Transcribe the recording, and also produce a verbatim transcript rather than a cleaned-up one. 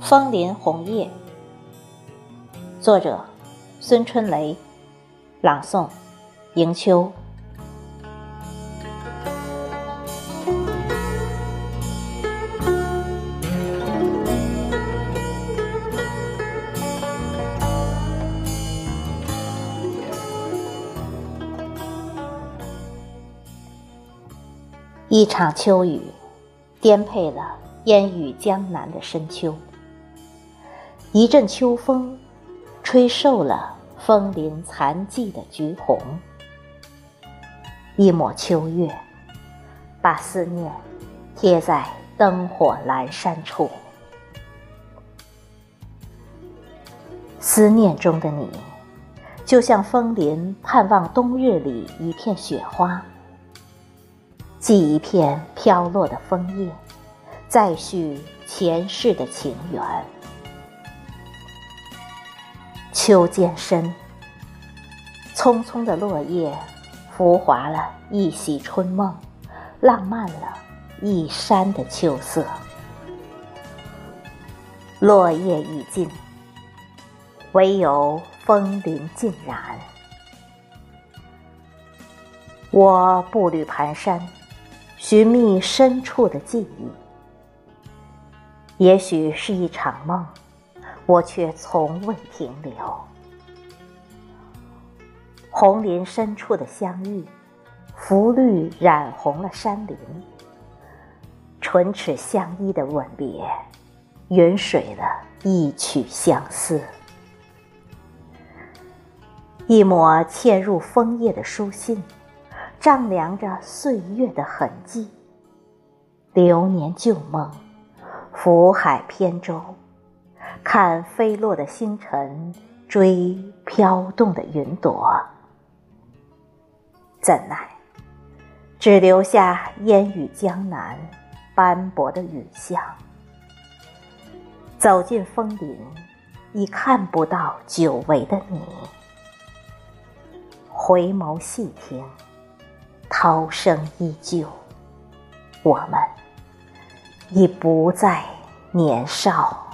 枫林红叶，作者孙春雷，朗诵迎秋。一场秋雨颠沛了烟雨江南的深秋，一阵秋风吹瘦了枫林残寂的橘红，一抹秋月把思念贴在灯火阑珊处。思念中的你，就像枫林盼望冬日里一片雪花，记一片飘落的枫叶，再续前世的情缘。秋渐深，匆匆的落叶浮华了一袭春梦，浪漫了一山的秋色。落叶已尽，唯有枫林尽然。我步履蹒跚，寻觅深处的记忆，也许是一场梦，我却从未停留。红林深处的相遇，浮绿染红了山林，唇齿相依的吻别，云水了一曲相思。一抹嵌入枫叶的书信，丈量着岁月的痕迹。流年旧梦，浮海扁舟，看飞落的星辰，追飘动的云朵。怎奈只留下烟雨江南斑驳的雨巷，走进枫林，已看不到久违的你。回眸细听，涛声依旧，我们已不再年少。